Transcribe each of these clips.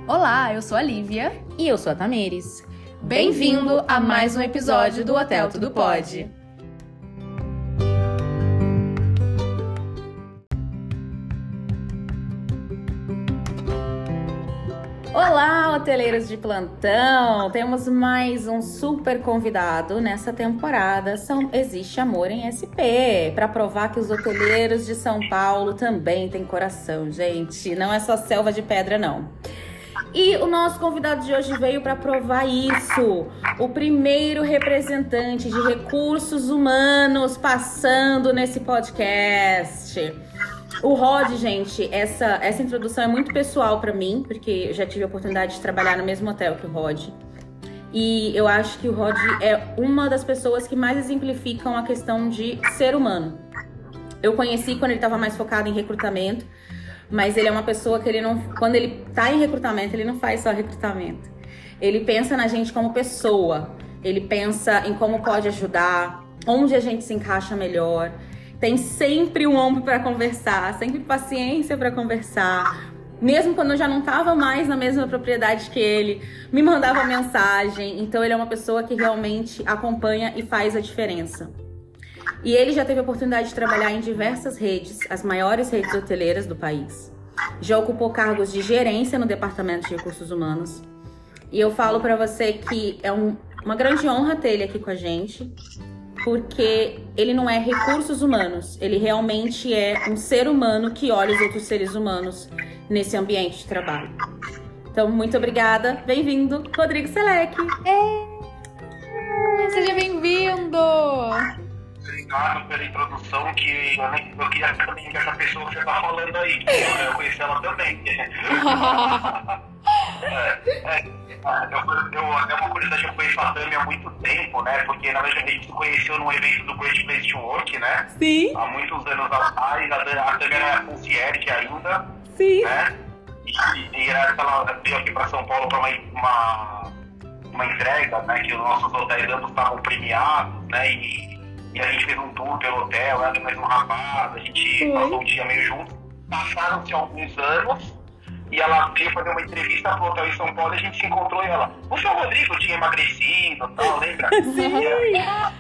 Olá, eu sou a Lívia. E eu sou a Tamires. Bem-vindo a mais um episódio do Hotel Tudo Pode. Olá, hoteleiros de plantão! Temos mais um super convidado nessa temporada. Existe Amor em SP, para provar que os hoteleiros de São Paulo também têm coração, gente. Não é só selva de pedra, não. E o nosso convidado de hoje veio para provar isso. O primeiro representante de recursos humanos passando nesse podcast. O Rod, gente, essa introdução é muito pessoal para mim, porque eu já tive a oportunidade de trabalhar no mesmo hotel que o Rod. E eu acho que o Rod é uma das pessoas que mais exemplificam a questão de ser humano. Eu conheci quando ele estava mais focado em recrutamento, mas ele é uma pessoa que quando ele tá em recrutamento, ele não faz só recrutamento. Ele pensa na gente como pessoa, ele pensa em como pode ajudar, onde a gente se encaixa melhor. Tem sempre um ombro para conversar, sempre paciência para conversar. Mesmo quando eu já não estava mais na mesma propriedade que ele, me mandava mensagem. Então ele é uma pessoa que realmente acompanha e faz a diferença. E ele já teve a oportunidade de trabalhar em diversas redes, as maiores redes hoteleiras do país. Já ocupou cargos de gerência no Departamento de Recursos Humanos. E eu falo para você que é uma grande honra ter ele aqui com a gente, porque ele não é recursos humanos, ele realmente é um ser humano que olha os outros seres humanos nesse ambiente de trabalho. Então, muito obrigada. Bem-vindo, Rodrigo Selec. Seja bem-vindo! Obrigado pela introdução, que eu queria também que essa pessoa que você tá falando aí, que eu conheci ela também. É uma curiosidade, eu conheço a Tami há muito tempo, né? Porque na verdade a gente se conheceu num evento do Great Place to Work, né? Sim. Há muitos anos atrás, a Tami era concierge ainda. Sim. Né? E ela veio aqui para São Paulo para uma entrega, né? Que os nossos hotéis ambos estavam premiados, né? E a gente fez um tour pelo hotel, ela mais um rapaz, a gente passou um dia meio junto. Passaram-se alguns anos e ela veio fazer uma entrevista pro hotel em São Paulo e a gente se encontrou e ela, o seu Rodrigo tinha emagrecido e tal, lembra? Sim!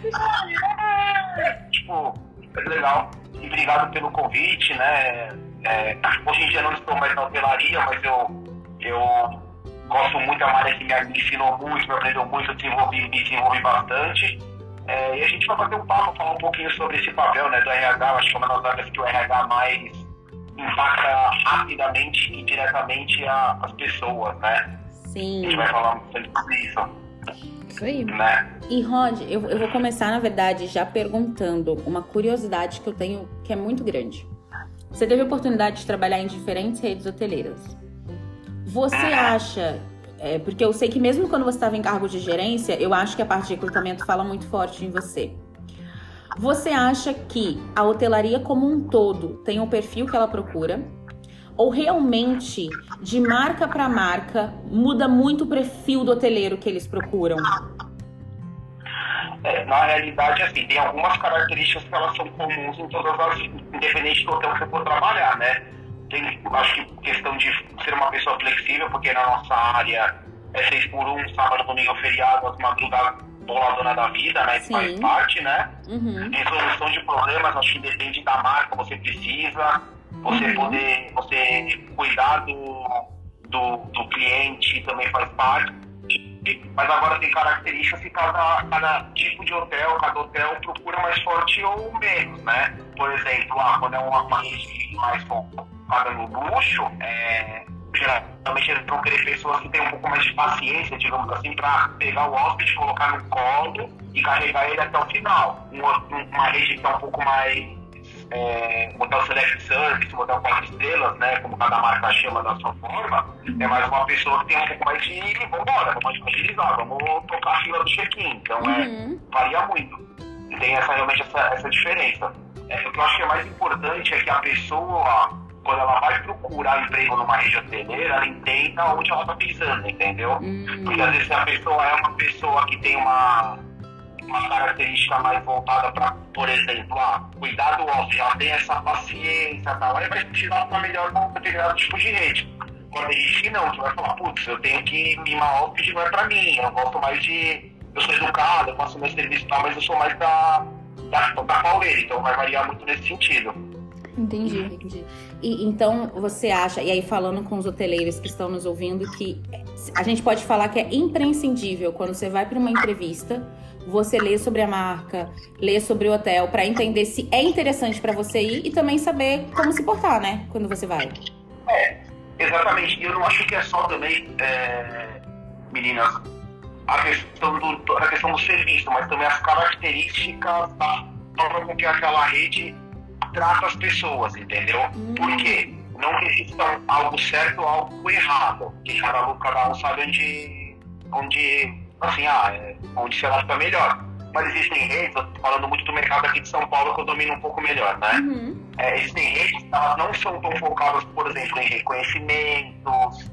Tipo, é legal. E obrigado pelo convite, né? Hoje em dia não estou mais na hotelaria, mas eu gosto muito, é uma área que me ensinou muito, me aprendeu muito, eu me desenvolvi bastante. E a gente vai bater um papo, falar um pouquinho sobre esse papel, né, do RH. Eu acho que é uma das áreas que o RH mais impacta rapidamente e diretamente as pessoas, né? Sim. A gente vai falar muito sobre isso. Isso aí. Né? E Rod, eu vou começar, na verdade, já perguntando uma curiosidade que eu tenho, que é muito grande. Você teve a oportunidade de trabalhar em diferentes redes hoteleiras. Você acha... porque eu sei que mesmo quando você estava em cargo de gerência, eu acho que a parte de recrutamento fala muito forte em você. Você acha que a hotelaria como um todo tem o perfil que ela procura? Ou realmente, de marca para marca, muda muito o perfil do hoteleiro que eles procuram? Na realidade, assim, tem algumas características que elas são comuns em todas as... Independente do hotel que você for trabalhar, né? Acho que questão de ser uma pessoa flexível, porque na nossa área é 6x1, sábado, domingo, feriado, as madrugadas boladona da vida, né? Isso faz parte, né? Uhum. Resolução de problemas, acho que depende da marca, você precisa, você cuidar do cliente também faz parte. Mas agora tem características que cada tipo de hotel, cada hotel procura mais forte ou menos, né? Por exemplo, quando é uma rede mais focada no luxo, geralmente eles vão querer pessoas que têm um pouco mais de paciência, digamos assim, para pegar o hóspede, colocar no colo e carregar ele até o final. Uma rede que é um pouco mais hotel select service, hotel 4 estrelas, né, como cada marca chama da sua forma, é mais uma pessoa que tem um pouco mais de vambora, vamos agilizar, vamos tocar a fila do check-in. Então varia muito. E tem realmente essa diferença. O que eu acho que é mais importante é que a pessoa, quando ela vai procurar emprego numa rede hoteleira, ela entenda onde ela está pisando, entendeu? Porque às vezes a pessoa é uma pessoa que tem uma característica mais voltada para, por exemplo, cuidar do hóspede, ela tem essa paciência, tal, aí vai precisar para melhor um determinado tipo de rede. Agora tem gente que não, que vai falar, putz, eu tenho que mimar hóspede, não é pra mim, eu gosto mais de... Eu sou educado, eu faço meu serviço e tal, mas eu sou mais da pauleira, então vai variar muito nesse sentido. Entendi. E então você acha, e aí falando com os hoteleiros que estão nos ouvindo, que a gente pode falar que é imprescindível quando você vai para uma entrevista, você ler sobre a marca, ler sobre o hotel, para entender se é interessante para você ir e também saber como se portar, né, quando você vai. Exatamente. E eu não acho que é só também, meninas, a questão do serviço, mas também as características da forma com que aquela rede trata as pessoas, entendeu? Por quê? Não que exista algo certo ou algo errado, que cada um sabe onde se adapta melhor. Mas existem redes, eu tô falando muito do mercado aqui de São Paulo, que eu domino um pouco melhor, né? Existem redes, elas não são tão focadas, por exemplo, em reconhecimentos,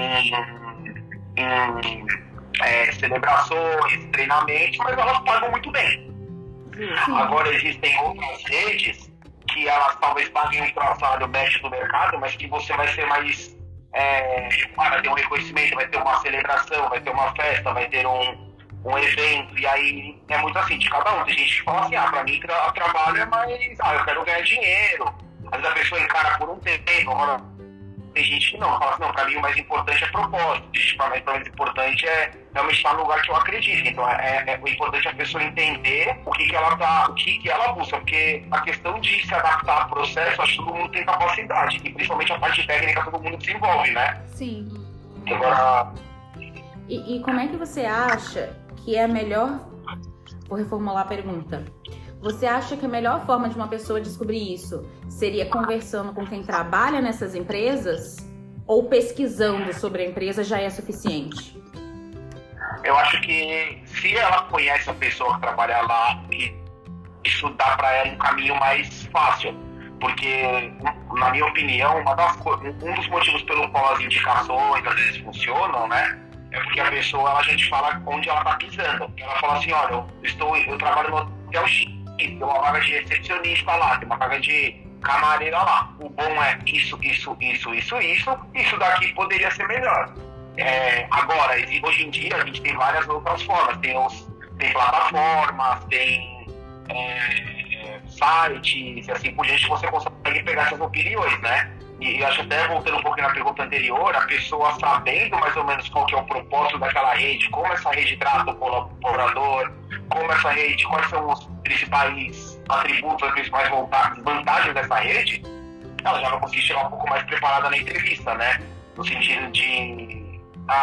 em celebrações, treinamentos, mas elas pagam muito bem. Agora existem outras redes que elas talvez paguem um trabalho médio do mercado, mas que você vai ser mais... vai ter um reconhecimento, vai ter uma celebração, vai ter uma festa, vai ter um evento, e aí é muito assim, de cada um. Tem gente que fala assim, pra mim trabalho é mais... eu quero ganhar dinheiro. Às vezes a pessoa encara por um tempo, agora tem gente que não, fala assim, não, pra mim o mais importante é propósito, o mais importante é realmente estar no lugar que eu acredito. Então o importante é a pessoa entender o que ela busca, porque a questão de se adaptar ao processo, acho que todo mundo tem capacidade, e principalmente a parte técnica todo mundo desenvolve, né? Sim. Agora... E como é que você acha que é a melhor... Vou reformular a pergunta. Você acha que a melhor forma de uma pessoa descobrir isso seria conversando com quem trabalha nessas empresas? Ou pesquisando sobre a empresa já é suficiente? Eu acho que se ela conhece a pessoa que trabalha lá, isso dá para ela um caminho mais fácil. Porque, na minha opinião, um dos motivos pelo qual as indicações às vezes funcionam, né? É porque a pessoa, a gente fala onde ela tá pisando. Ela fala assim, olha, eu trabalho no hotel X, tem uma vaga de recepcionista lá, tem uma vaga de camareira lá. O bom é isso daqui poderia ser melhor. Agora, hoje em dia, a gente tem várias outras formas. Tem plataformas, tem sites, e assim por diante, você consegue pegar essas opiniões, né? E acho até, voltando um pouquinho na pergunta anterior, a pessoa sabendo mais ou menos qual que é o propósito daquela rede, como essa rede trata o colaborador, como essa rede, quais são os principais atributos, as principais vantagens dessa rede, ela já vai conseguir chegar um pouco mais preparada na entrevista, né? No sentido de,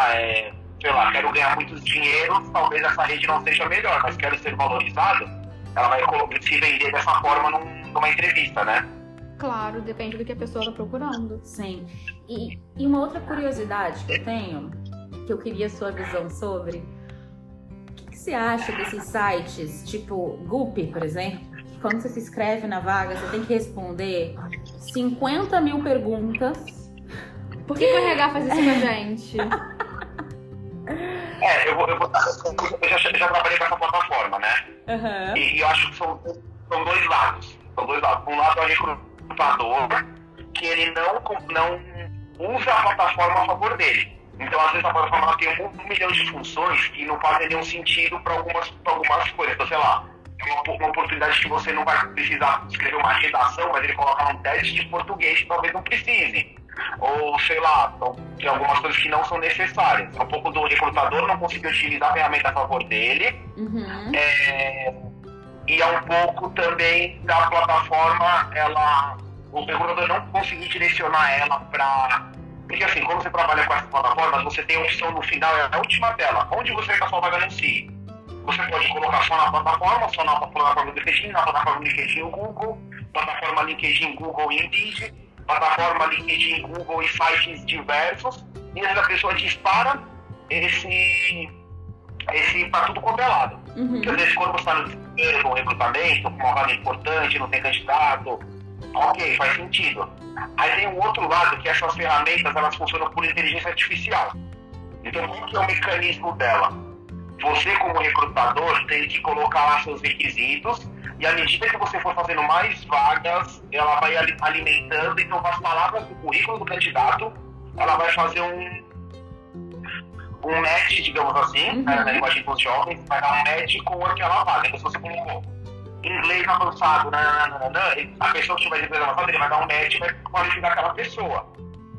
quero ganhar muitos dinheiros, talvez essa rede não seja melhor, mas quero ser valorizado, ela vai se vender dessa forma numa entrevista, né? Claro, depende do que a pessoa está procurando. Sim. E uma outra curiosidade que eu tenho, que eu queria a sua visão sobre, o que você acha desses sites, tipo Gupy, por exemplo, que quando você se inscreve na vaga, você tem que responder 50 mil perguntas. Por que o RH faz isso com a gente? Eu já trabalhei com essa plataforma, né? Uhum. E eu acho que são dois lados. Um lado é o recrutador, que ele não usa a plataforma a favor dele. Então, às vezes, a plataforma tem 1 milhão de funções que não fazem nenhum sentido para algumas coisas. Então, sei lá, é uma oportunidade que você não vai precisar escrever uma redação, mas ele coloca um teste de português que talvez não precise. Ou, sei lá, tem algumas coisas que não são necessárias. É um pouco do recrutador não conseguir utilizar a ferramenta a favor dele. Uhum. E é um pouco também da plataforma, o recrutador não conseguir direcionar ela para... Porque assim, quando você trabalha com essas plataformas, você tem a opção no final, é a última tela, onde você quer que a sua vaga anuncie. Você pode colocar só na plataforma do LinkedIn, na plataforma LinkedIn Google, plataforma LinkedIn Google e Indeed, plataforma LinkedIn Google e sites diversos, e aí a pessoa dispara esse para tudo quanto é lado. Uhum. Porque às vezes quando você está no desespero, no recrutamento, com uma vaga importante, não tem candidato, ok, faz sentido. Aí tem um outro lado, que essas ferramentas, elas funcionam por inteligência artificial. Então, qual que é o mecanismo dela? Você, como recrutador, tem que colocar lá seus requisitos, e à medida que você for fazendo mais vagas, ela vai alimentando, então, as palavras do currículo do candidato ela vai fazer um match, digamos assim, na linguagem dos jovens, vai dar um match com aquela vaga. Então, se você colocou inglês avançado, a pessoa que tiver inglês avançado, ele vai dar um match e vai qualificar aquela pessoa.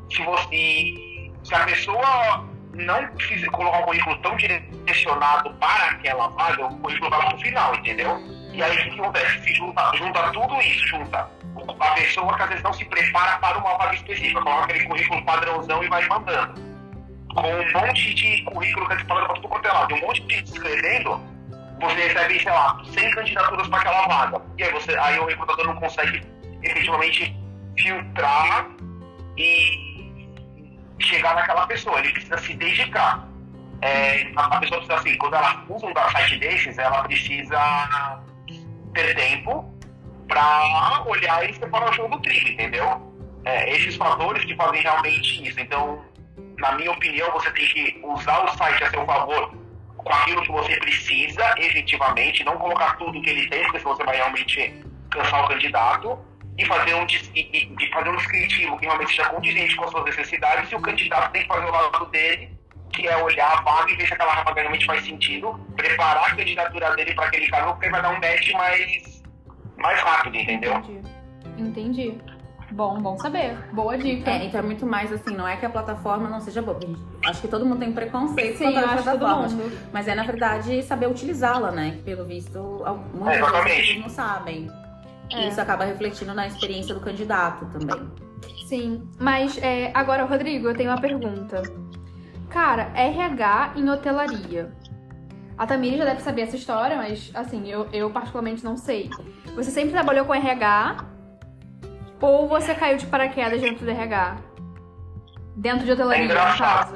Se a pessoa não precisa colocar um currículo tão direcionado para aquela vaga, o currículo vai lá pro final, entendeu? E aí o que acontece? Se junta tudo isso, junta a pessoa que às vezes não se prepara para uma vaga específica, coloca aquele currículo padrãozão e vai mandando. Com um monte de currículo que você fala para tudo quanto é lado, e um monte de gente escrevendo, você recebe, sei lá, 100 candidaturas para aquela vaga. E aí o recrutador não consegue efetivamente filtrar e chegar naquela pessoa. Ele precisa se dedicar. A pessoa precisa, assim, quando ela usa um site desses, ela precisa ter tempo para olhar e separar o jogo do trigo, entendeu? Esses fatores que fazem realmente isso. Então, na minha opinião, você tem que usar o site a seu favor com aquilo que você precisa, efetivamente, não colocar tudo que ele tem, porque senão você vai realmente cansar o candidato, e fazer um descritivo que realmente seja condizente com as suas necessidades, e o candidato tem que fazer o lado dele, que é olhar a vaga e ver se aquela vaga realmente faz sentido, preparar a candidatura dele para aquele cargo, porque vai dar um match mais rápido, entendeu? Entendi. Bom saber. Boa dica. Então é muito mais assim, não é que a plataforma não seja boa. Acho que todo mundo tem preconceito com a plataforma. Mas na verdade, saber utilizá-la, né? Que pelo visto, muitas vezes as pessoas não sabem. E isso acaba refletindo na experiência do candidato também. Sim, mas agora, Rodrigo, eu tenho uma pergunta. Cara, RH em hotelaria. A Tamiri já deve saber essa história, mas assim, eu particularmente não sei. Você sempre trabalhou com RH ou você caiu de paraquedas dentro do RH? Dentro de hotelaria, no caso?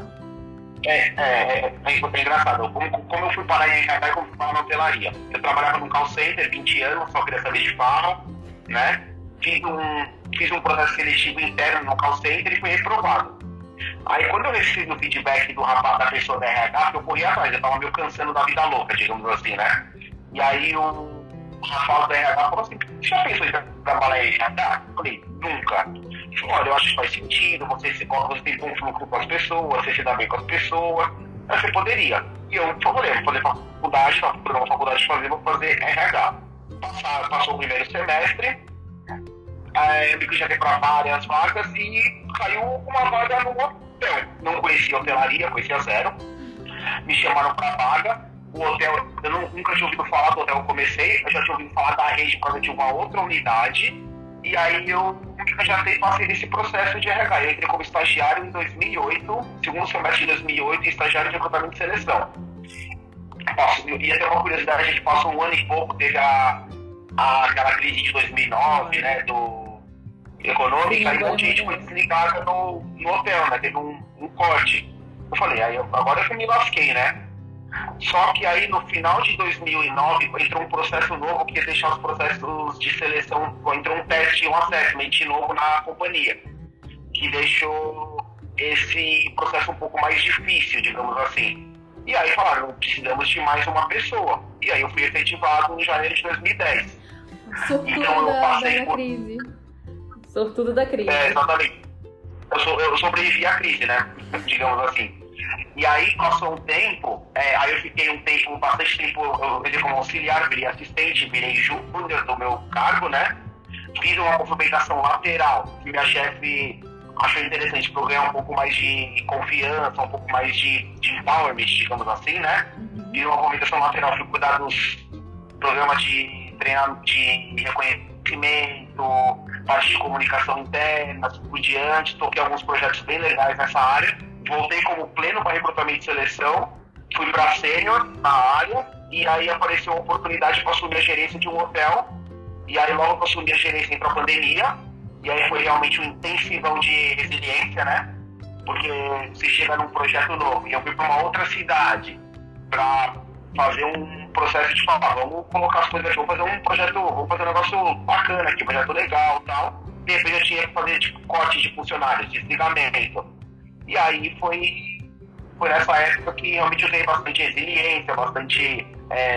É engraçado. Como eu fui parar em RH e como eu fui parar na hotelaria. Eu trabalhava num call center 20 anos, só queria saber de farra, né? Fiz um processo seletivo interno no call center e fui reprovado. Aí quando eu recebi o feedback do rapaz, da pessoa da RH, eu corri atrás, eu tava meio cansando da vida louca, digamos assim, né? E aí o rapaz da RH falou assim: você já pensou em trabalhar em RH? Eu falei, nunca. Ele falou, olha, eu acho que faz sentido, você tem bom fluxo com as pessoas, você se dá bem com as pessoas, aí você poderia. E eu falei, vou fazer faculdade, vou fazer RH. Passou o primeiro semestre, eu me candidatei para várias vagas e caiu uma vaga no hotel. Não conhecia hotelaria, conhecia zero. Me chamaram para vaga. O hotel, eu nunca tinha ouvido falar do hotel que eu comecei, eu já tinha ouvido falar da rede por causa de uma outra unidade. E aí eu me candidatei e passei nesse processo de RH. Eu entrei como estagiário em 2008, segundo semestre de 2008, e estagiário de recrutamento e seleção. E até uma curiosidade, a gente passou um ano e pouco, teve aquela crise de 2009, né, do econômica, e um monte de gente foi desligada no hotel, né, teve um corte. Eu falei, agora eu me lasquei, né? Só que aí no final de 2009 entrou um processo novo que ia deixar os processos de seleção, entrou um teste, um assessment novo na companhia, que deixou esse processo um pouco mais difícil, digamos assim. E aí falaram, precisamos de mais uma pessoa. E aí eu fui efetivado em janeiro de 2010. Então eu passei por crise. Sortudo da crise. Exatamente. Eu sobrevivi à crise, né? Digamos assim. E aí passou um tempo, aí eu fiquei bastante tempo, eu virei como auxiliar, virei assistente, virei júnior do meu cargo, né? Fiz uma movimentação lateral, que minha chefe achou interessante, para eu ganhar um pouco mais de confiança, um pouco mais de empowerment, digamos assim, né? Fiz uma movimentação lateral, fui cuidar dos programas de treinamento, de reconhecimento, parte de comunicação interna, assim por diante, toquei alguns projetos bem legais nessa área. Voltei como pleno para recrutamento e seleção, fui para sênior na área, e aí apareceu a oportunidade para assumir a gerência de um hotel, e aí logo que eu assumi a gerência entrou a pandemia, e aí foi realmente um intensivão de resiliência, né? Porque você chega num projeto novo, e eu fui para uma outra cidade para fazer um processo de falar, vamos colocar as coisas aqui, vamos fazer um negócio bacana aqui, um projeto legal e tal. De repente eu tinha que fazer corte de funcionários, desligamento. E aí foi nessa época que realmente eu ganhei bastante resiliência, bastante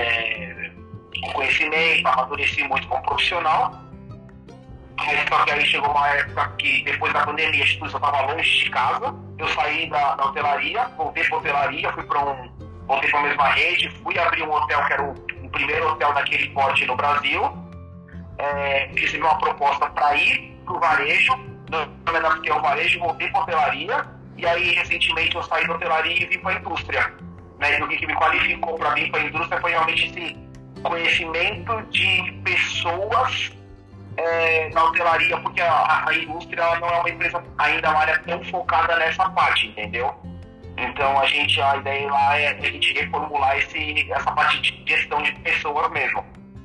conhecimento, amadureci muito como profissional. Só que aí chegou uma época que depois da pandemia a instituição estava longe de casa, eu saí da hotelaria, voltei para hotelaria, voltei para a mesma rede, fui abrir um hotel que era o primeiro hotel daquele porte no Brasil, recebi uma proposta para ir para o varejo, não me adaptei ao varejo, voltei para a hotelaria, e aí recentemente eu saí da hotelaria e vim para a indústria. Né? E o que me qualificou para vir para a indústria foi realmente esse conhecimento de pessoas na hotelaria, porque a indústria não é uma empresa, ainda uma área tão focada nessa parte, entendeu? Então a ideia lá é a gente reformular essa parte de gestão de pessoas mesmo.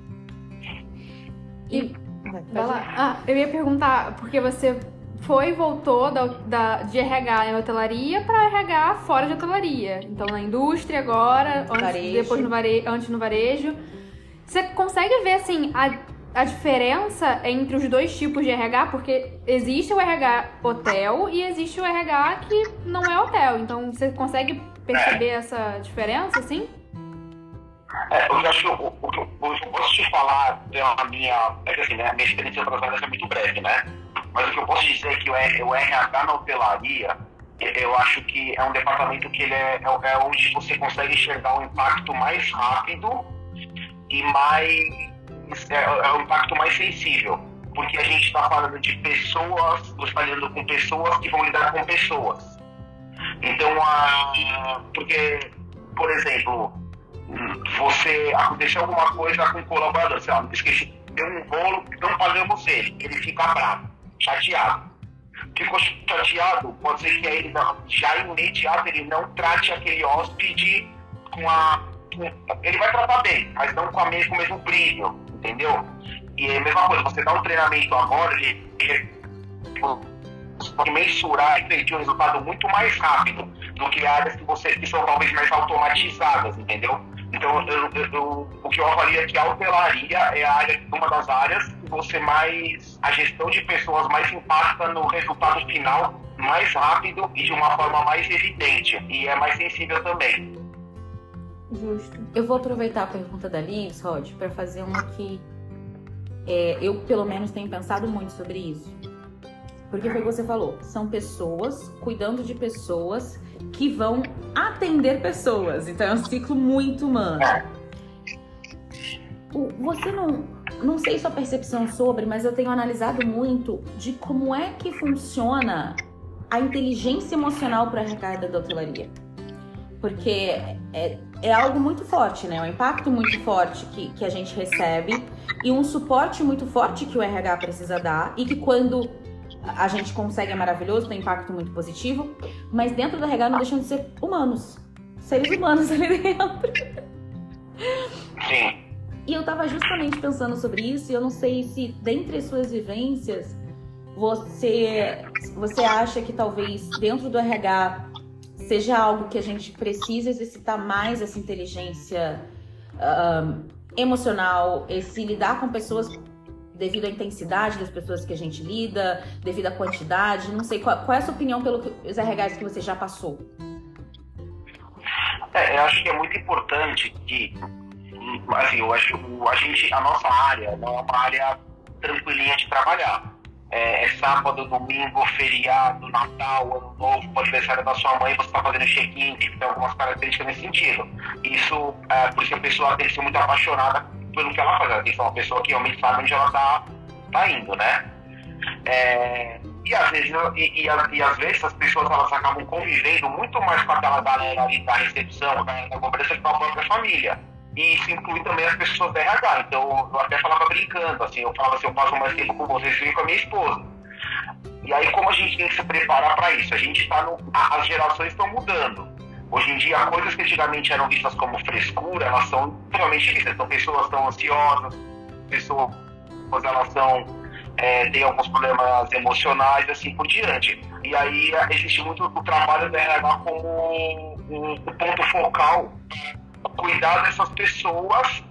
E vai lá. Eu ia perguntar, porque você voltou de RH em hotelaria para RH fora de hotelaria. Então na indústria agora, antes no varejo. Você consegue ver assim a diferença entre os dois tipos de RH? Porque existe o RH hotel e existe o RH que não é hotel. Então você consegue perceber essa diferença, assim? Eu acho o que eu posso te falar a minha experiência em outras áreas é muito breve, né? Mas o que eu posso dizer é que o RH na hotelaria, eu acho que é um departamento que ele é onde você consegue enxergar um impacto mais rápido e é um impacto mais sensível. Porque a gente está falando de pessoas, você está lidando com pessoas que vão lidar com pessoas. Então, porque, por exemplo, aconteceu alguma coisa com o colaborador, sei lá, esqueci, deu um rolo, não pagamos ele fica bravo, chateado. Ficou chateado, pode ser que ele já imediato ele não trate aquele hóspede ele vai tratar bem, mas não com o mesmo brilho, entendeu? E é a mesma coisa, você dá um treinamento agora, ele pode mensurar e pedir um resultado muito mais rápido do que áreas que são talvez mais automatizadas, entendeu? Então, o que eu avalio é que a hotelaria é uma das áreas que a gestão de pessoas mais impacta no resultado final mais rápido e de uma forma mais evidente, e é mais sensível também. Justo. Eu vou aproveitar a pergunta da Liz, Rod, para fazer uma que eu, pelo menos, tenho pensado muito sobre isso. Porque foi o que você falou, são pessoas cuidando de pessoas que vão atender pessoas. Então é um ciclo muito humano. Você não sei sua percepção sobre, mas eu tenho analisado muito de como é que funciona a inteligência emocional para a RH da hotelaria. Porque é algo muito forte, né? Um impacto muito forte que a gente recebe e um suporte muito forte que o RH precisa dar e que quando a gente consegue é maravilhoso, tem um impacto muito positivo, mas dentro do RH não deixam de ser humanos, seres humanos ali dentro. Sim. E eu tava justamente pensando sobre isso e eu não sei se dentre as suas vivências você acha que talvez dentro do RH seja algo que a gente precisa exercitar mais essa inteligência emocional, esse lidar com pessoas devido à intensidade das pessoas que a gente lida, devido à quantidade, não sei, qual é a sua opinião pelos RHs que você já passou? Eu acho que é muito importante que, assim, eu acho que a nossa área não é uma área tranquilinha de trabalhar. É sábado, domingo, feriado, Natal, Ano Novo, aniversário da sua mãe, você está fazendo check-in, tem algumas características nesse sentido. Isso, por isso a pessoa tem que ser muito apaixonada pelo que ela faz. Ela tem que ser uma pessoa que realmente sabe onde ela tá indo, né? E às vezes as pessoas elas acabam convivendo muito mais com aquela galera ali da recepção, com a galera da cobrança, que com a própria família. E isso inclui também as pessoas da RH. Então eu até falava brincando, assim, eu falava assim, eu passo mais tempo com vocês do que com a minha esposa. E aí como a gente tem que se preparar para isso? A gente as gerações estão mudando. Hoje em dia, coisas que antigamente eram vistas como frescura, elas são totalmente vistas. Então pessoas estão ansiosas, pessoas elas têm alguns problemas emocionais e assim por diante. E aí existe muito o trabalho da RH como um ponto focal, cuidar dessas pessoas,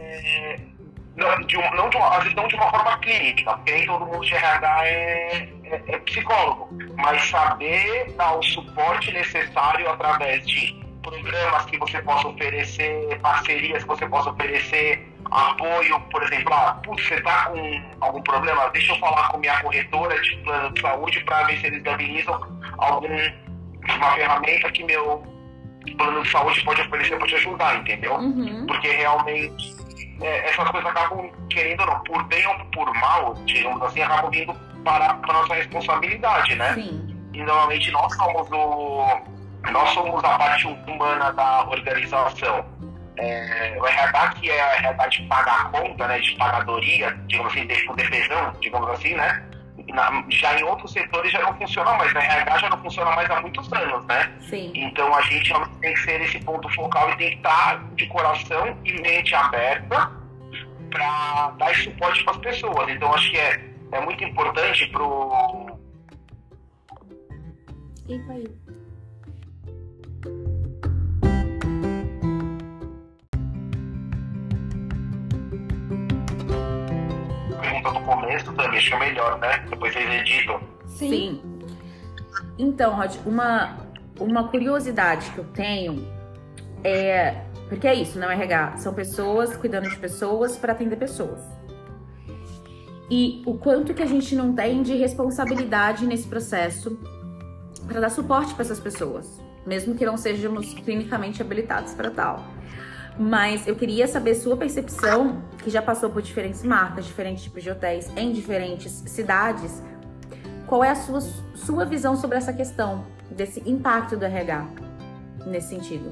às vezes não de uma forma clínica, porque nem todo mundo de RH é psicólogo, mas saber dar o suporte necessário através de programas que você possa oferecer, parcerias que você possa oferecer, apoio, por exemplo, você está com algum problema, deixa eu falar com minha corretora de plano de saúde para ver se eles viabilizam uma ferramenta que meu plano de saúde pode oferecer para te ajudar, entendeu? Porque realmente essas coisas acabam, querendo ou não, por bem ou por mal, digamos assim, acabam vindo para a nossa responsabilidade, né? Sim. E normalmente nós somos a parte humana da organização. O RH, que é a RH de pagar a conta, né, de pagadoria, digamos assim, de defesão, digamos assim, né? Já em outros setores já não funciona mais, né? RH já não funciona mais há muitos anos, né? Sim. Então a gente tem que ser esse ponto focal e tem que estar de coração e mente aberta para dar esse suporte para as pessoas. Então acho que é muito importante pro... E vai. Pergunta do começo também, acho que é melhor, né? Depois vocês editam. Sim. Então, Rod, uma curiosidade que eu tenho porque é isso, não é RH. São pessoas cuidando de pessoas para atender pessoas. E o quanto que a gente não tem de responsabilidade nesse processo para dar suporte para essas pessoas, mesmo que não sejamos clinicamente habilitados para tal. Mas eu queria saber sua percepção, que já passou por diferentes marcas, diferentes tipos de hotéis, em diferentes cidades. Qual é a sua visão sobre essa questão, desse impacto do RH nesse sentido?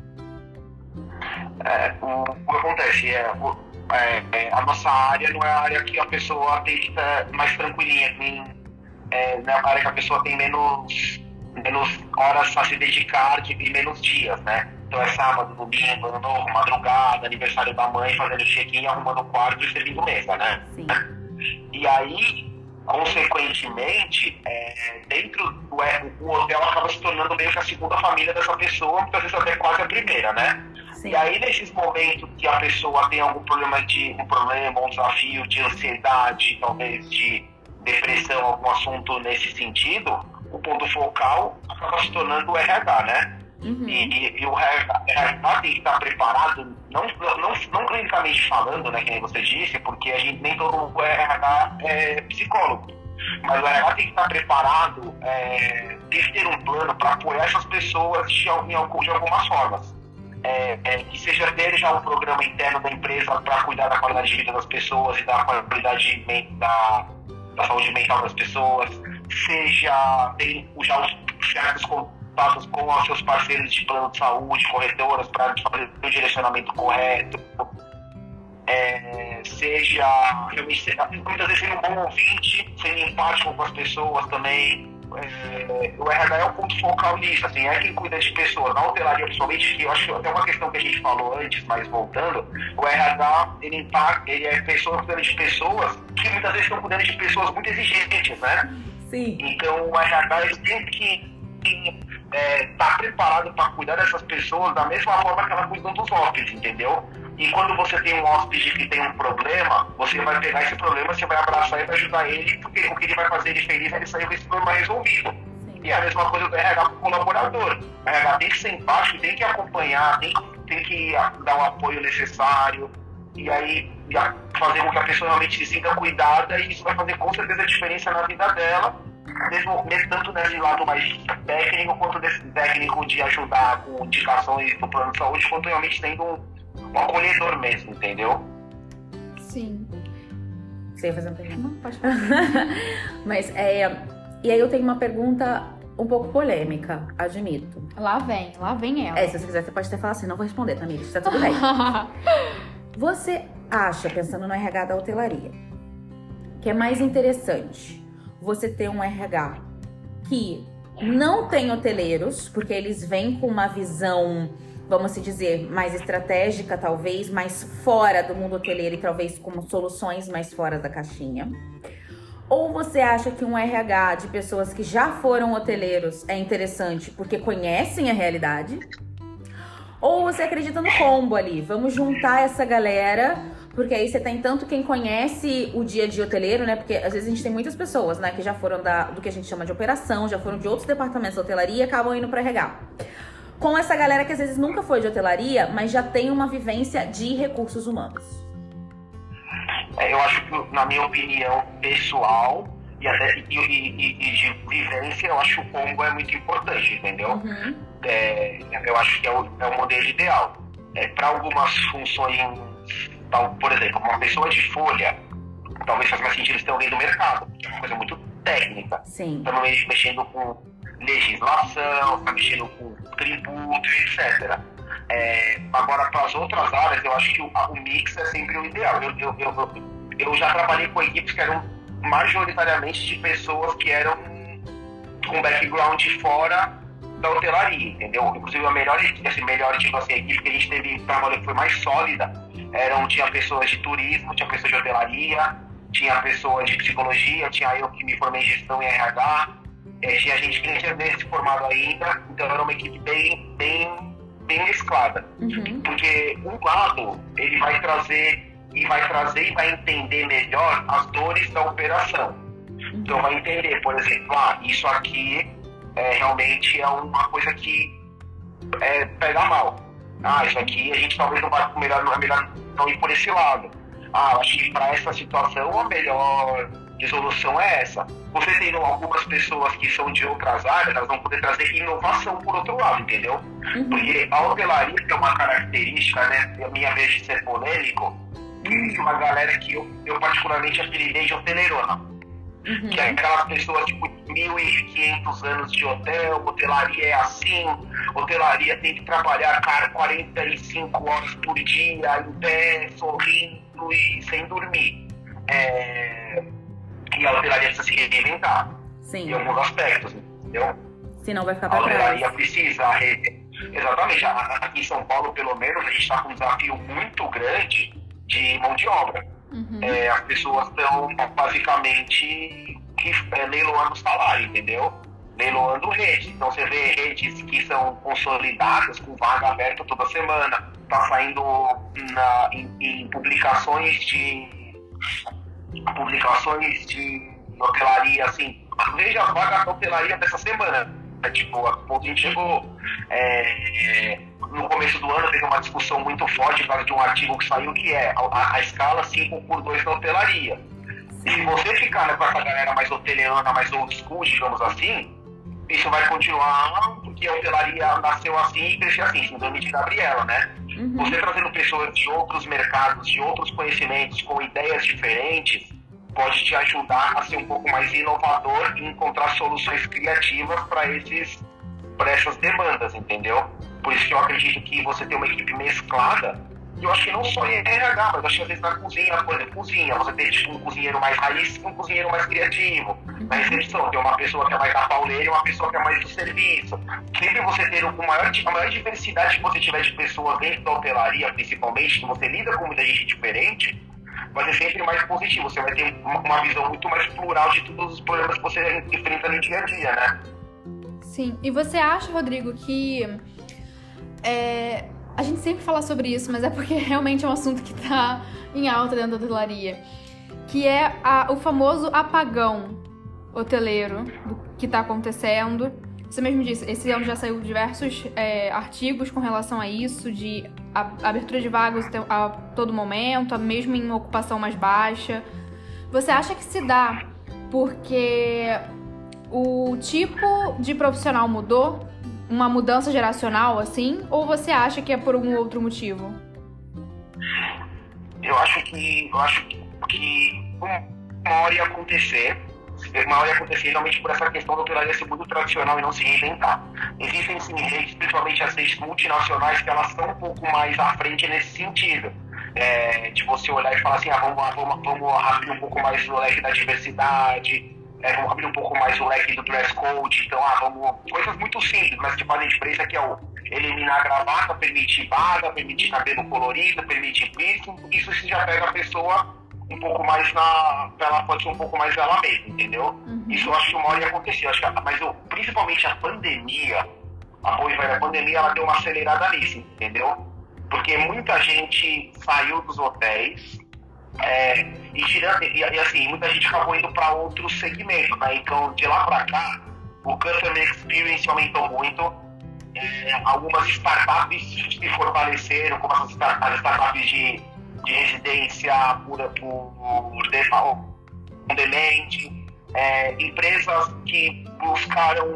O que acontece a nossa área não é a área que a pessoa tem que estar mais tranquilinha, não é a área que a pessoa tem menos horas a se dedicar e menos dias, né? Então é sábado, domingo, ano novo, madrugada, aniversário da mãe, fazendo check-in, arrumando o quarto e servindo mesa, né? Sim. E aí, consequentemente, dentro o hotel acaba se tornando meio que a segunda família dessa pessoa, muitas vezes até quase a primeira, né? Sim. E aí, nesses momentos que a pessoa tem algum problema, um desafio de ansiedade, talvez de depressão, algum assunto nesse sentido, o ponto focal acaba se tornando o RH, né? E o RH tem que estar preparado, não clinicamente falando, né, que nem você disse, porque nem todo mundo RH é psicólogo, mas o RH tem que estar preparado, tem que ter um plano para apoiar essas pessoas de algumas formas. Que seja ter já um programa interno da empresa para cuidar da qualidade de vida das pessoas e da qualidade da saúde mental das pessoas, seja ter já os certos contatos com os seus parceiros de plano de saúde, corretoras, para fazer o direcionamento correto, seja realmente, muitas vezes sendo um bom ouvinte, sendo empático com as pessoas também. O RH é o ponto focal nisso, assim, é quem cuida de pessoas, na hotelaria principalmente, que eu acho que até uma questão que a gente falou antes, mas voltando, o RH, ele é pessoa cuidando de pessoas que muitas vezes estão cuidando de pessoas muito exigentes, né? Sim. Então o RH ele tem que estar preparado para cuidar dessas pessoas da mesma forma que ela cuida dos hóspedes, entendeu? E quando você tem um hóspede que tem um problema, você vai pegar esse problema, você vai abraçar e vai ajudar ele, porque o que ele vai fazer ele feliz é ele sair com esse problema resolvido. Sim. E a mesma coisa do RH para o colaborador. O RH tem que ser empático, tem que acompanhar, tem que dar o apoio necessário, e aí fazer com que a pessoa realmente se sinta cuidada, e isso vai fazer com certeza a diferença na vida dela, mesmo tanto nesse lado mais técnico, quanto desse técnico de ajudar com indicações do plano de saúde, quanto realmente tendo um acolhedor mesmo, entendeu? Sim. Você ia fazer uma pergunta? Não, pode falar. Mas, e aí eu tenho uma pergunta um pouco polêmica, admito. Lá vem ela. Se você quiser, você pode até falar assim, não vou responder, Tamires, tá tudo bem. Você acha, pensando no RH da hotelaria, que é mais interessante você ter um RH que não tem hoteleiros, porque eles vêm com uma visão, vamos dizer, mais estratégica, talvez, mais fora do mundo hoteleiro e talvez com soluções mais fora da caixinha? Ou você acha que um RH de pessoas que já foram hoteleiros é interessante porque conhecem a realidade? Ou você acredita no combo ali? Vamos juntar essa galera, porque aí você tem tanto quem conhece o dia a dia hoteleiro, né? Porque às vezes a gente tem muitas pessoas, né, que já foram do que a gente chama de operação, já foram de outros departamentos da hotelaria e acabam indo para RH. Com essa galera que às vezes nunca foi de hotelaria, mas já tem uma vivência de recursos humanos. Eu acho que, na minha opinião pessoal, e de vivência experiência, eu acho que o combo é muito importante, entendeu? Eu acho que é o modelo ideal. Para algumas funções, por exemplo, uma pessoa de folha, talvez faça mais sentido ter alguém do mercado, que é uma coisa muito técnica. Sim. Estamos mexendo com legislação, está mexendo com tributo, etc. Agora, para as outras áreas, eu acho que o mix é sempre o ideal. Eu já trabalhei com equipes que eram majoritariamente de pessoas que eram com background fora da hotelaria, entendeu? Inclusive, a melhor tipo assim, a equipe que a gente teve trabalhou que foi mais sólida, tinha pessoas de turismo, tinha pessoas de hotelaria, tinha pessoas de psicologia, tinha eu que me formei em gestão em RH, tinha gente que nem tinha se formado ainda, então era uma equipe bem mesclada. Porque um lado, ele vai trazer e vai entender melhor as dores da operação. Então vai entender, por exemplo, isso aqui realmente é uma coisa que pega mal. Isso aqui a gente talvez não vai, é melhor não ir por esse lado. Eu acho que para essa situação a melhor resolução é essa. Você tendo algumas pessoas que são de outras áreas, elas vão poder trazer inovação por outro lado, entendeu? Porque a hotelaria tem uma característica, né, a minha vez de ser polêmico, que existe uma galera que eu particularmente apelidei de hoteleirona. Que é aquelas pessoas tipo 1.500 anos de hotel, hotelaria é assim, hotelaria tem que trabalhar 45 horas por dia, em pé, sorrindo e sem dormir. E a hotelaria precisa se reinventar. Sim. Em alguns aspectos, entendeu? Senão vai ficar A pra trás. hotelaria precisa. Exatamente. Aqui em São Paulo, pelo menos, a gente está com um desafio muito grande de mão de obra. As pessoas estão basicamente leiloando o salário, entendeu? Leiloando redes. Então você vê redes que são consolidadas, com vaga aberta toda semana. Está saindo em publicações de hotelaria, assim. Veja a vaga da hotelaria dessa semana. Tipo, a gente chegou no começo do ano, teve uma discussão muito forte por causa de um artigo que saiu, que é a escala 5x2 da hotelaria. E se você ficar com essa galera mais hoteliana, mais old school, digamos assim, isso vai continuar, porque a hotelaria nasceu assim e cresceu assim, síndrome de Gabriela, né? Você trazendo pessoas de outros mercados, de outros conhecimentos, com ideias diferentes, pode te ajudar a ser um pouco mais inovador e encontrar soluções criativas para essas demandas, entendeu? Por isso que eu acredito que você tem uma equipe mesclada, e eu acho que não só em RH, mas acho que às vezes na cozinha, por exemplo, você tem tipo um cozinheiro mais raiz e um cozinheiro mais criativo. Na recepção, tem uma pessoa que é mais da pauleira e uma pessoa que é mais de serviço. Sempre você ter a maior diversidade que você tiver de pessoas dentro da hotelaria, principalmente, que você lida com muita gente diferente, vai ser sempre mais positivo. Você vai ter uma visão muito mais plural de todos os problemas que você enfrenta no dia a dia, né? Sim. E você acha, Rodrigo, que a gente sempre fala sobre isso, mas é porque realmente é um assunto que tá em alta dentro da hotelaria, que é o famoso apagão hoteleiro que tá acontecendo. Você mesmo disse, esse ano já saiu diversos artigos com relação a isso, de abertura de vagas a todo momento, mesmo em ocupação mais baixa. Você acha que se dá porque o tipo de profissional mudou? Uma mudança geracional, assim? Ou você acha que é por algum outro motivo? Eu acho que uma hora ia acontecer realmente por essa questão da hotelaria ser muito tradicional e não se reinventar. Existem sim redes, principalmente as redes multinacionais, que elas estão um pouco mais à frente nesse sentido. De você olhar e falar assim, vamos abrir um pouco mais o leque da diversidade, vamos abrir um pouco mais o leque do dress code, então coisas muito simples, mas que fazem diferença, que é o eliminar a gravata, permitir barba, permitir cabelo colorido, permitir piercing. Isso já pega a pessoa um pouco mais ela pode ser um pouco mais ela mesma, entendeu? Isso eu acho que uma hora ia acontecer, mas principalmente a pandemia, a boa e velha pandemia, ela deu uma acelerada nisso, entendeu? Porque muita gente saiu dos hotéis, e assim, muita gente acabou indo para outros segmentos, né? Então, de lá para cá, o Customer Experience aumentou muito, algumas startups se fortaleceram, como as startups de residência por demand, empresas que buscaram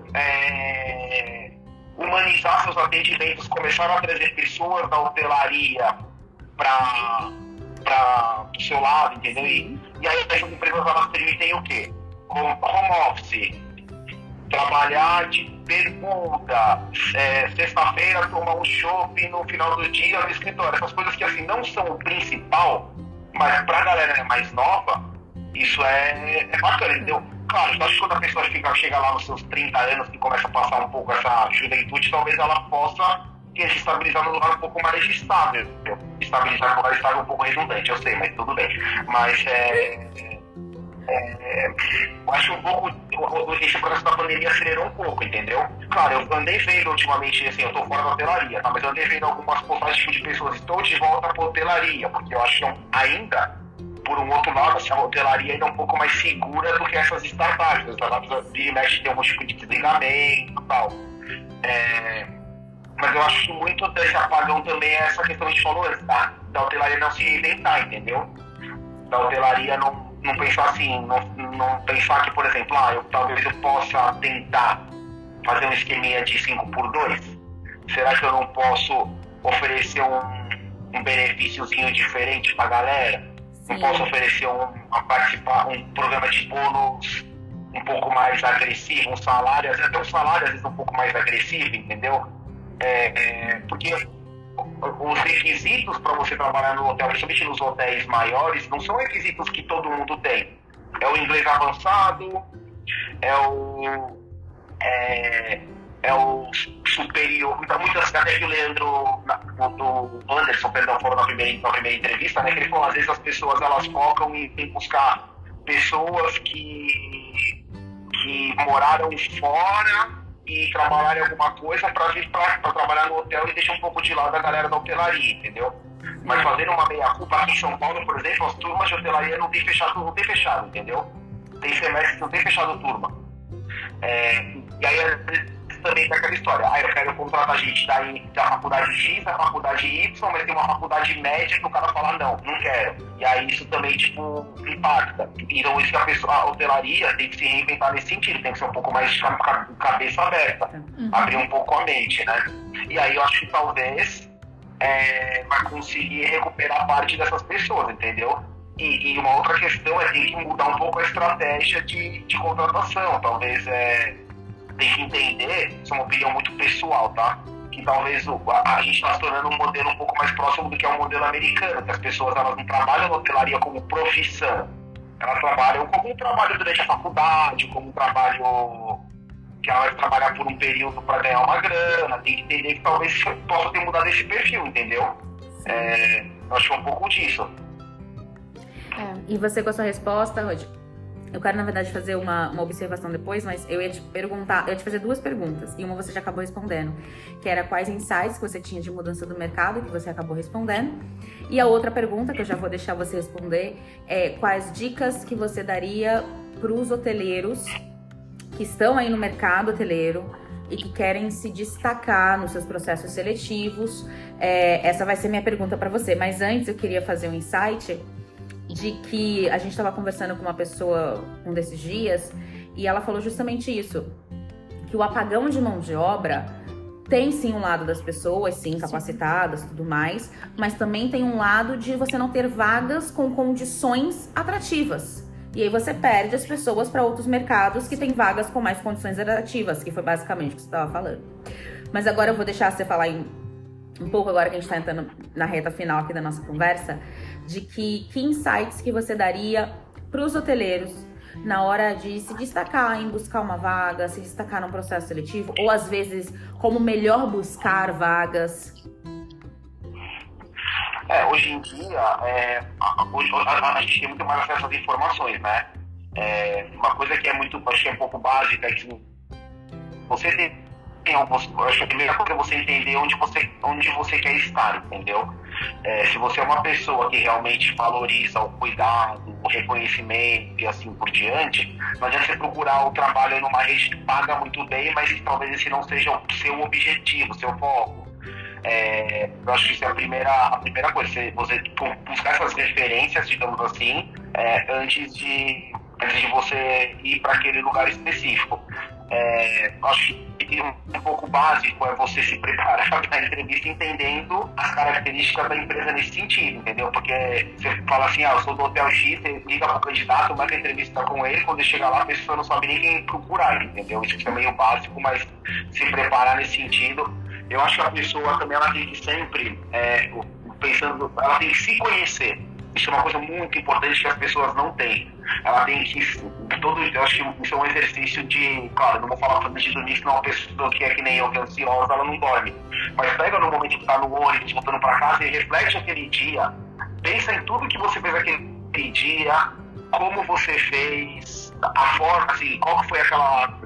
humanizar seus atendimentos, começaram a trazer pessoas da hotelaria para o seu lado, entendeu? E aí essas empresas elas permitem o quê? Home office, trabalhar de bermuda, sexta-feira tomar um chopp no final do dia no escritório. Essas coisas que assim não são o principal, mas pra galera mais nova, isso é bacana, entendeu? Claro, eu acho que quando a pessoa chega lá nos seus 30 anos e começa a passar um pouco essa juventude, talvez ela possa querer se estabilizar num lugar um pouco mais estável. Estabilizar num lugar estável é um pouco redundante, eu sei, mas tudo bem. Mas eu acho um pouco, esse processo da pandemia acelerou um pouco, entendeu? Claro, eu andei vendo ultimamente, assim, eu tô fora da hotelaria, tá? Mas eu andei vendo algumas postagens tipo, de pessoas, estou de volta pra hotelaria, porque eu acho que ainda, por um outro lado, assim, a hotelaria ainda é um pouco mais segura do que essas startups. As startups vira e mexe tem algum tipo de desligamento e tal. Mas eu acho que muito desse apagão também é essa questão que a gente falou antes, da hotelaria não se reinventar, entendeu? Da hotelaria não pensar assim, não pensar que, por exemplo, talvez eu possa tentar fazer um esqueminha de 5x2. Será que eu não posso oferecer um benefíciozinho diferente pra galera? Sim. Não posso oferecer um programa de bônus um pouco mais agressivo, um salário, até um salário às vezes um pouco mais agressivo, entendeu? Porque os requisitos para você trabalhar no hotel, principalmente nos hotéis maiores, não são requisitos que todo mundo tem. É o inglês avançado, é o superior. Então, até que o Leandro, o Anderson, perdão, falou na primeira entrevista, né, que ele falou, às vezes as pessoas elas focam em buscar pessoas que moraram fora e trabalhar em alguma coisa para vir para trabalhar no hotel e deixar um pouco de lado a galera da hotelaria, entendeu? Mas fazendo uma meia-culpa, aqui em São Paulo, por exemplo, as turmas de hotelaria não tem fechado, entendeu? Tem semestre que não tem fechado turma. E aí também tem aquela história, eu quero contratar gente da faculdade X, da faculdade Y, mas tem uma faculdade média que o cara fala, não quero. E aí isso também, tipo, impacta. Então isso que a hotelaria tem que se reinventar nesse sentido, tem que ser um pouco mais de cabeça aberta, abrir um pouco a mente, né? E aí eu acho que talvez vai conseguir recuperar parte dessas pessoas, entendeu? E uma outra questão tem que mudar um pouco a estratégia de contratação, talvez tem que entender, isso é uma opinião muito pessoal, tá? Que talvez a gente está se tornando um modelo um pouco mais próximo do que é o modelo americano, que as pessoas elas não trabalham na hotelaria como profissão, elas trabalham como um trabalho durante a faculdade, como um trabalho que ela vai trabalhar por um período para ganhar uma grana. Tem que entender que talvez possa ter mudado esse perfil, entendeu? Eu acho que é um pouco disso. E você com a sua resposta, Rod? Eu quero, na verdade, fazer uma observação depois, mas eu ia te fazer duas perguntas, e uma você já acabou respondendo, que era quais insights que você tinha de mudança do mercado, que você acabou respondendo, e a outra pergunta, que eu já vou deixar você responder, é quais dicas que você daria para os hoteleiros que estão aí no mercado hoteleiro e que querem se destacar nos seus processos seletivos. Essa vai ser minha pergunta para você, mas antes eu queria fazer um insight de que a gente estava conversando com uma pessoa um desses dias e ela falou justamente isso, que o apagão de mão de obra tem sim um lado das pessoas, sim, capacitadas e tudo mais, mas também tem um lado de você não ter vagas com condições atrativas. E aí você perde as pessoas para outros mercados que têm vagas com mais condições atrativas, que foi basicamente o que você estava falando. Mas agora eu vou deixar você falar um pouco, agora que a gente está entrando na reta final aqui da nossa conversa, de que insights que você daria para os hoteleiros na hora de se destacar em buscar uma vaga, se destacar num processo seletivo, ou às vezes como melhor buscar vagas. Hoje em dia, a gente tem muito mais acesso às informações, né? Uma coisa que acho que é um pouco básica é que você acho que a primeira coisa é você entender onde você quer estar, entendeu? Se você é uma pessoa que realmente valoriza o cuidado, o reconhecimento e assim por diante, não adianta você procurar o trabalho numa rede que paga muito bem, mas que talvez esse não seja o seu objetivo, o seu foco. Eu acho que isso é a primeira coisa, você buscar essas referências, digamos assim, antes de antes de você ir para aquele lugar específico. Acho que um pouco básico é você se preparar para a entrevista entendendo as características da empresa nesse sentido, entendeu? Porque você fala assim, eu sou do Hotel X, você liga para o candidato, marca a entrevista com ele, quando ele chega lá a pessoa não sabe nem quem procurar, entendeu? Isso é meio básico, mas se preparar nesse sentido. Eu acho que a pessoa também ela tem que sempre, ela tem que se conhecer. Isso é uma coisa muito importante que as pessoas não têm. Ela tem que... eu acho que isso é um exercício de... Claro, não vou falar pra de dormir, senão uma pessoa que é que nem eu, que é ansiosa, ela não dorme. Mas pega no momento que tá no ônibus, voltando pra casa, e reflete aquele dia. Pensa em tudo que você fez aquele dia, como você fez, a forma, assim, qual foi aquela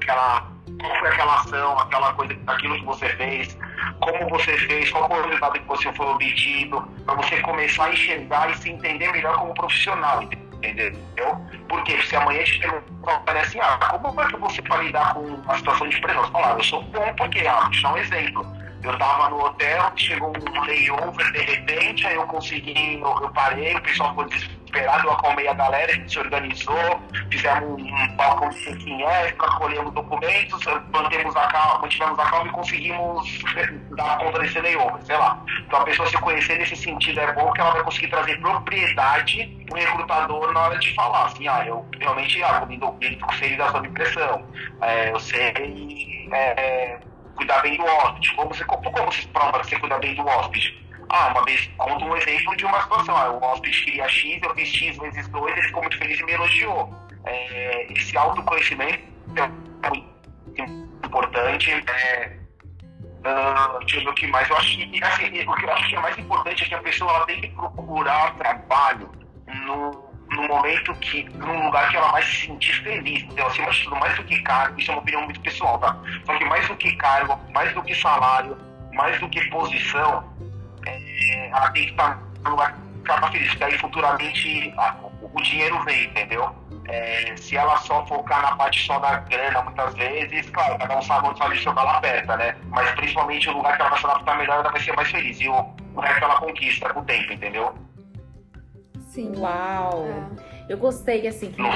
ação, aquela coisa, aquilo que você fez, como você fez, qual foi o resultado que você foi obtido, para você começar a enxergar e se entender melhor como profissional, entendeu? Porque se amanhã a gente perguntar assim, como é que você vai lidar com uma situação de pressão? Você fala, eu sou bom porque, vou te dar um exemplo. Eu tava no hotel, chegou um layover de repente, aí eu parei, o pessoal ficou desesperado, eu acalmei a galera, a gente se organizou, fizemos um balcão de check-in extra, colhemos documentos, mantivemos a calma e conseguimos dar conta desse layover, sei lá. Então a pessoa se conhecer nesse sentido é bom, porque ela vai conseguir trazer propriedade pro recrutador na hora de falar, assim, eu realmente sei lidar sob pressão, eu sei cuidar bem do hóspede. Como você prova que você cuida bem do hóspede? Uma vez, conto um exemplo de uma situação. O hóspede queria X, eu fiz X vezes 2, ele ficou muito feliz e me elogiou. Esse autoconhecimento é muito importante. Deixa eu ver o que mais. Eu acho que, assim, o que eu acho que é mais importante é que a pessoa ela tem que procurar trabalho no momento num lugar que ela vai se sentir feliz. Então, acima de tudo, mais do que cargo, isso é uma opinião muito pessoal, tá? Só que mais do que cargo, mais do que salário, mais do que posição, ela tem que estar num lugar que ela tá feliz. Porque aí futuramente o dinheiro vem, entendeu? Se ela só focar na parte só da grana, muitas vezes, claro, cada um sabe onde sabe o seu calo aperta, né? Mas principalmente o lugar que ela vai se adaptar melhor, ela vai ser mais feliz. E o resto ela conquista com o tempo, entendeu? Sim. Uau! Eu gostei, assim, que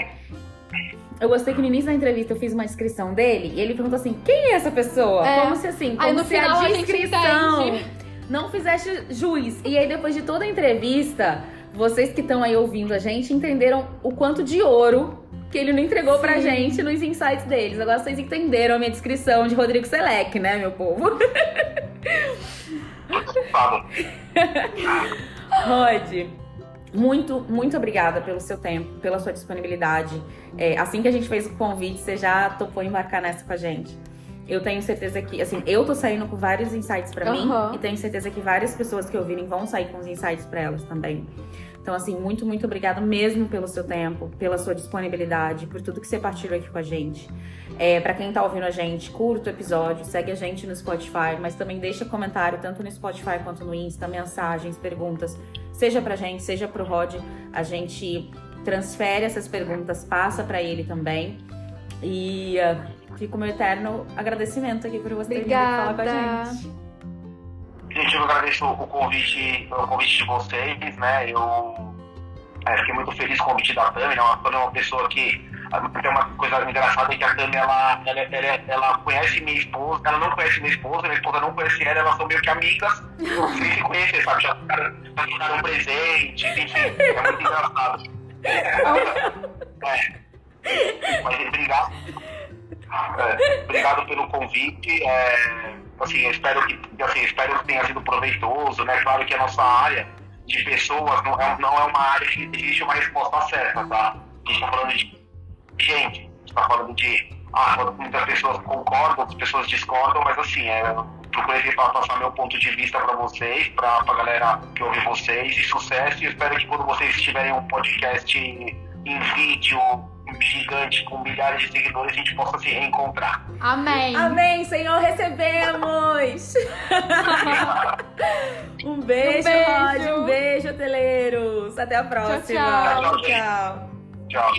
no início da entrevista eu fiz uma descrição dele e ele perguntou assim, quem é essa pessoa? Como se assim, como no se final a descrição não fizesse juiz. E aí depois de toda a entrevista, vocês que estão aí ouvindo a gente entenderam o quanto de ouro que ele não entregou pra gente nos insights deles. Agora vocês entenderam a minha descrição de Rodrigo Selec, né, meu povo? Rod, muito obrigada pelo seu tempo, pela sua disponibilidade. Assim que a gente fez o convite, você já topou embarcar nessa com a gente. Eu tenho certeza que, assim, eu tô saindo com vários insights pra mim e tenho certeza que várias pessoas que ouvirem vão sair com os insights pra elas também. Então, assim, muito obrigada mesmo pelo seu tempo, pela sua disponibilidade, por tudo que você partilhou aqui com a gente. Pra quem tá ouvindo a gente, curta o episódio, segue a gente no Spotify, mas também deixa comentário tanto no Spotify quanto no Insta, mensagens, perguntas, seja pra gente, seja pro Rod. A gente transfere essas perguntas, passa pra ele também. E fica o meu eterno agradecimento aqui por você ter vindo falar com a gente. Gente, eu agradeço o convite de vocês, né? Eu fiquei muito feliz com o convite da Tami, né? A Tami é uma pessoa que tem uma coisa engraçada, é que a Tami, ela conhece minha esposa, ela não conhece minha esposa não conhece ela, elas são meio que amigas, sem se conhecer, sabe? Já ficaram presentes, enfim, é muito engraçado. Mas obrigado pelo convite. Assim, eu espero que tenha sido proveitoso, né? Claro que a nossa área de pessoas não é uma área que existe uma resposta certa, tá? A gente está falando de gente, a gente está falando de muitas pessoas concordam, outras pessoas discordam, mas assim, eu procurei passar meu ponto de vista para vocês, para a galera que ouve vocês, e sucesso. E espero que quando vocês tiverem um podcast em vídeo gigante com milhares de seguidores, a gente possa se reencontrar. Amém. Amém, Senhor, recebemos. Um beijo, Rod, um beijo, hoteleiros. Até a próxima. Tchau.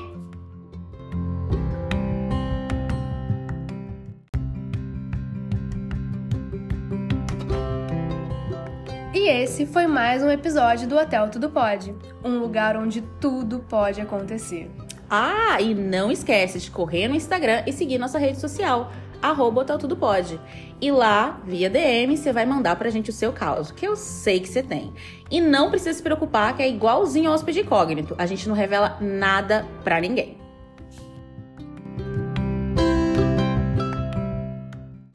E esse foi mais um episódio do Hotel Tudo Pode, um lugar onde tudo pode acontecer. Ah, e não esquece de correr no Instagram e seguir nossa rede social, @hoteltudopode. E lá, via DM, você vai mandar pra gente o seu caso, que eu sei que você tem. E não precisa se preocupar, que é igualzinho ao hóspede incógnito. A gente não revela nada pra ninguém.